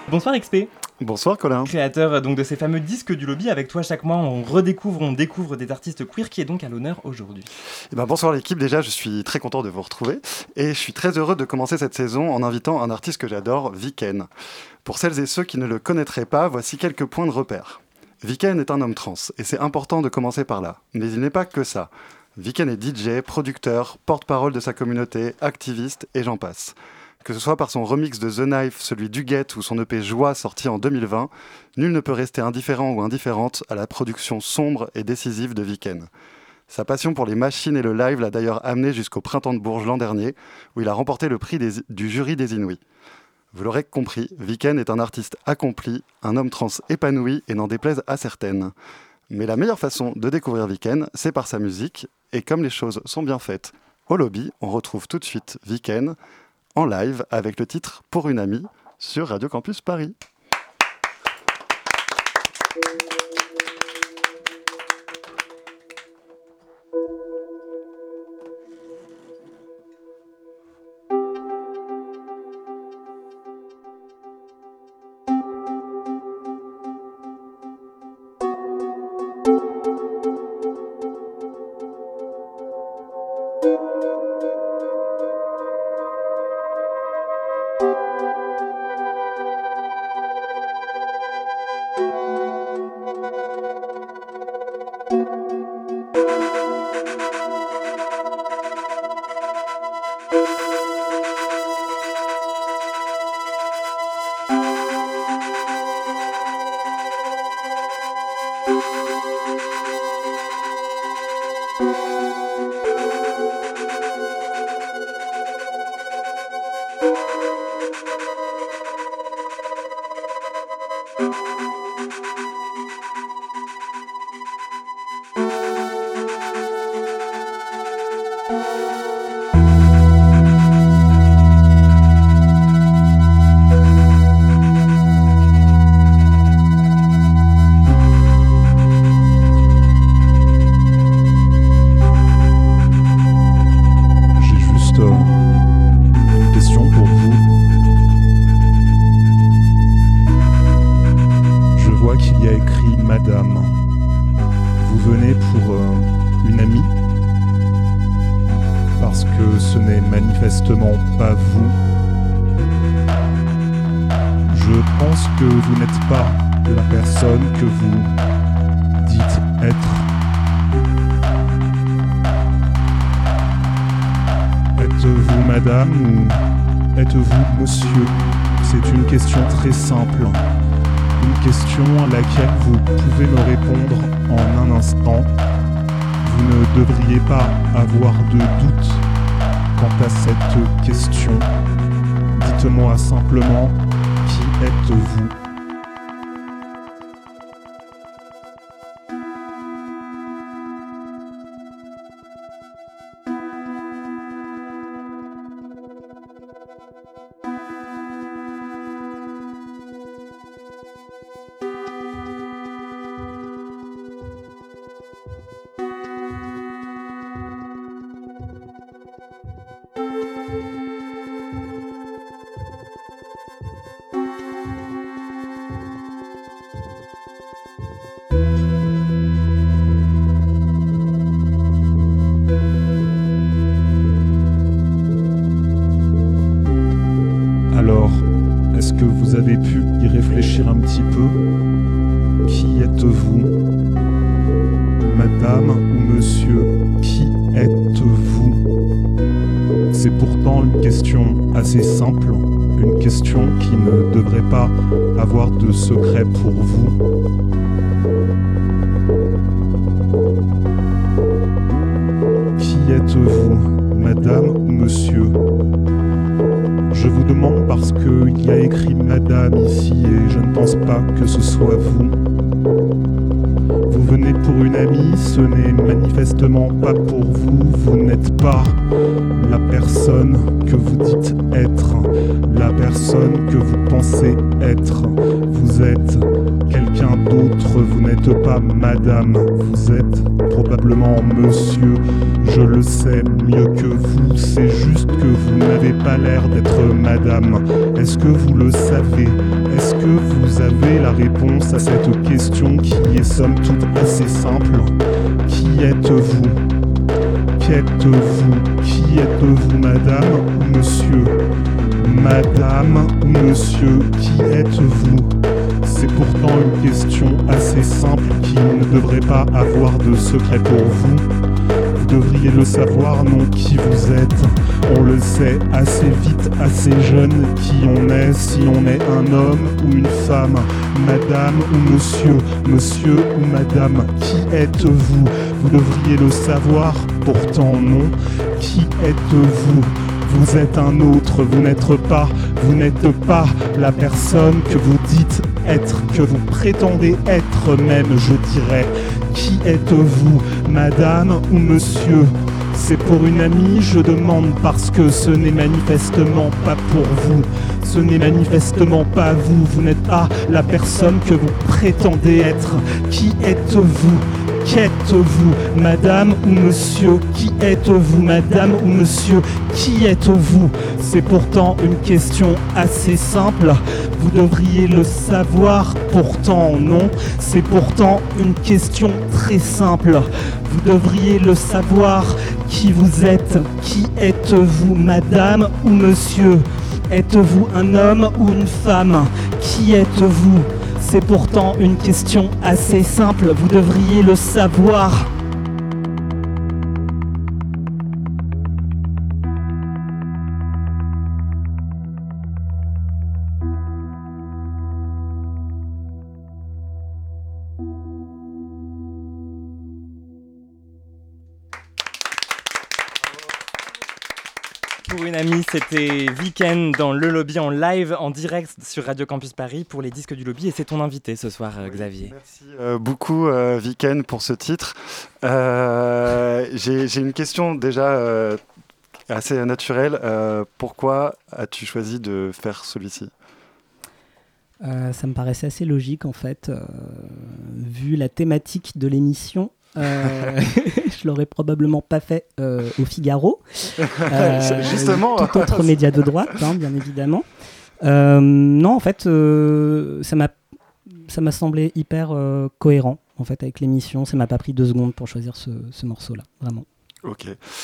Bonsoir XP. Bonsoir Colin. Créateur donc de ces fameux disques du lobby, avec toi chaque mois on découvre des artistes queer. Qui est donc à l'honneur aujourd'hui? Bonsoir l'équipe, déjà je suis très content de vous retrouver et je suis très heureux de commencer cette saison en invitant un artiste que j'adore, Viken. Pour celles et ceux qui ne le connaîtraient pas, voici quelques points de repère. Viken est un homme trans et c'est important de commencer par là, mais il n'est pas que ça. Viken est DJ, producteur, porte-parole de sa communauté, activiste et j'en passe. Que ce soit par son remix de The Knife, celui d'Huguette ou son EP Joie sorti en 2020, nul ne peut rester indifférent ou indifférente à la production sombre et décisive de Viken. Sa passion pour les machines et le live l'a d'ailleurs amené jusqu'au Printemps de Bourges l'an dernier, où il a remporté le prix du jury des Inouïs. Vous l'aurez compris, Viken est un artiste accompli, un homme trans épanoui et n'en déplaise à certaines. Mais la meilleure façon de découvrir Viken, c'est par sa musique, et comme les choses sont bien faites, au lobby, on retrouve tout de suite Viken en live avec le titre « Pour une amie » sur Radio Campus Paris. Manifestement pas vous. Je pense que vous n'êtes pas la personne que vous dites être. Êtes-vous madame ou êtes-vous monsieur? C'est une question très simple. Une question à laquelle vous pouvez me répondre en un instant. Vous ne devriez pas avoir de doute quant à cette question. Dites-moi simplement, qui êtes-vous ? Que vous avez pu y réfléchir un petit peu. Qui êtes-vous, madame ou monsieur? Qui êtes-vous? C'est pourtant une question assez simple, une question qui ne devrait pas avoir de secret pour vous. Qui êtes-vous, madame ou monsieur? Je vous demande parce qu'il y a écrit madame ici et je ne pense pas que ce soit vous. Vous venez pour une amie, ce n'est manifestement pas pour vous. Vous n'êtes pas la personne que vous dites être, la personne que vous pensez être. Vous êtes quelqu'un d'autre, vous n'êtes pas madame, vous êtes probablement monsieur. Je le sais mieux que vous, c'est juste que vous n'avez pas l'air d'être madame. Est-ce que vous le savez ? Est-ce que vous avez la réponse à cette question qui est somme toute assez simple? Qui êtes-vous? Qu'êtes-vous? Qui êtes-vous, madame ou monsieur? Madame ou monsieur, qui êtes-vous? C'est pourtant une question assez simple qui ne devrait pas avoir de secret pour vous. Vous devriez le savoir, non, qui vous êtes. On le sait assez vite, assez jeune, qui on est, si on est un homme ou une femme, madame ou monsieur, monsieur ou madame, qui êtes-vous? Vous devriez le savoir, pourtant non, qui êtes-vous? Vous êtes un autre, vous n'êtes pas la personne que vous dites être, que vous prétendez être même, je dirais. Qui êtes-vous, madame ou monsieur? C'est pour une amie, je demande, parce que ce n'est manifestement pas pour vous. Ce n'est manifestement pas vous, vous n'êtes pas la personne que vous prétendez être. Qui êtes-vous? Qu'êtes-vous, madame ou monsieur? Qui êtes-vous, madame ou monsieur? Qui êtes-vous? C'est pourtant une question assez simple. Vous devriez le savoir, pourtant non. C'est pourtant une question très simple. Vous devriez le savoir, qui vous êtes? Qui êtes-vous, madame ou monsieur? Êtes-vous un homme ou une femme? Qui êtes-vous? C'est pourtant une question assez simple, vous devriez le savoir. Pour une amie, c'était Weekend dans le lobby en live, en direct sur Radio Campus Paris pour les disques du lobby. Et c'est ton invité ce soir, Xavier. Merci beaucoup, Weekend, pour ce titre. J'ai une question déjà assez naturelle. Pourquoi as-tu choisi de faire celui-ci ? Ça me paraissait assez logique en fait, vu la thématique de l'émission. Je l'aurais probablement pas fait au Figaro, justement, tout autre média de droite, hein, bien évidemment. Non, en fait, ça m'a semblé hyper cohérent en fait avec l'émission. Ça m'a pas pris 2 secondes pour choisir ce morceau-là, vraiment. Ok.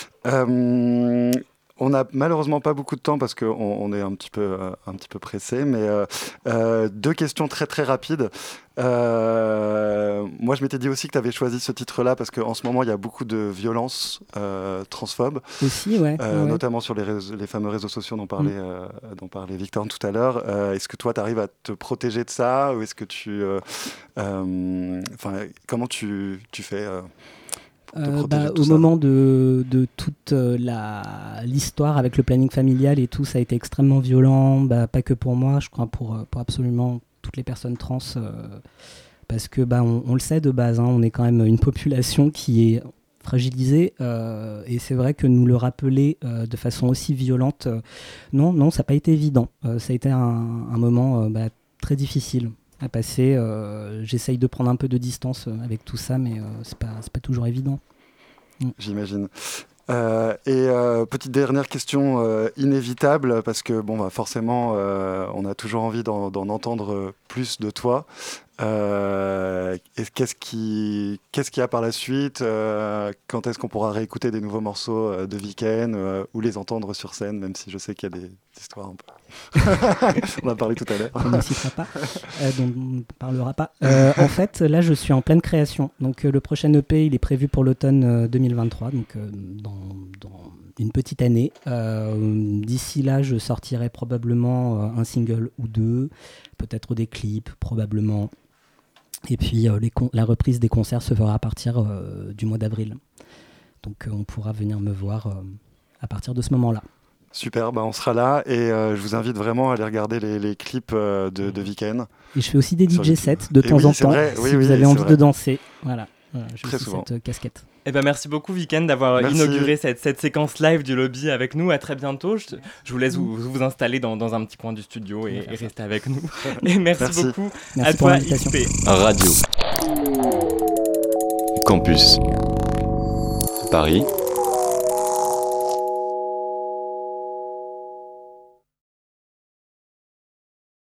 On n'a malheureusement pas beaucoup de temps parce qu'on est un petit peu pressé, mais 2 questions très très rapides. Moi, je m'étais dit aussi que tu avais choisi ce titre-là parce qu'en ce moment, il y a beaucoup de violences transphobes, aussi, ouais. notamment sur les fameux réseaux sociaux dont parlait Victor tout à l'heure. Est-ce que toi, tu arrives à te protéger de ça, ou est-ce que comment tu fais au moment de toute l'histoire avec le planning familial et tout, ça a été extrêmement violent, pas que pour moi, je crois pour absolument toutes les personnes trans, parce que on le sait de base, hein, on est quand même une population qui est fragilisée, et c'est vrai que nous le rappeler de façon aussi violente, non, ça n'a pas été évident. Ça a été un moment très difficile à passer. J'essaye de prendre un peu de distance avec tout ça, mais c'est pas toujours évident. J'imagine. Et petite dernière question inévitable, parce que forcément on a toujours envie d'en entendre plus de toi. Qu'est-ce qu'il y a par la suite? Quand est-ce qu'on pourra réécouter des nouveaux morceaux de Weekend ou les entendre sur scène, même si je sais qu'il y a des histoires un peu... On en a parlé tout à l'heure. On ne citera pas, dont on ne parlera pas. En fait, là, je suis en pleine création. Donc, le prochain EP, il est prévu pour l'automne 2023, donc dans une petite année. D'ici là, je sortirai probablement un single ou 2, peut-être des clips, probablement. Et puis, la reprise des concerts se fera à partir du mois d'avril. Donc, on pourra venir me voir à partir de ce moment-là. Super, on sera là et je vous invite vraiment à aller regarder les clips de Weekend. Et je fais aussi des DJ sets de temps en temps, si vous avez envie de danser. Voilà, je Très suis souvent. cette casquette. Merci beaucoup, Weekend, d'avoir inauguré cette séquence live du lobby avec nous. À très bientôt. Je vous laisse vous installer dans un petit coin du studio et rester avec nous. Et merci beaucoup. Merci pour l'invitation. XP. Radio Campus Paris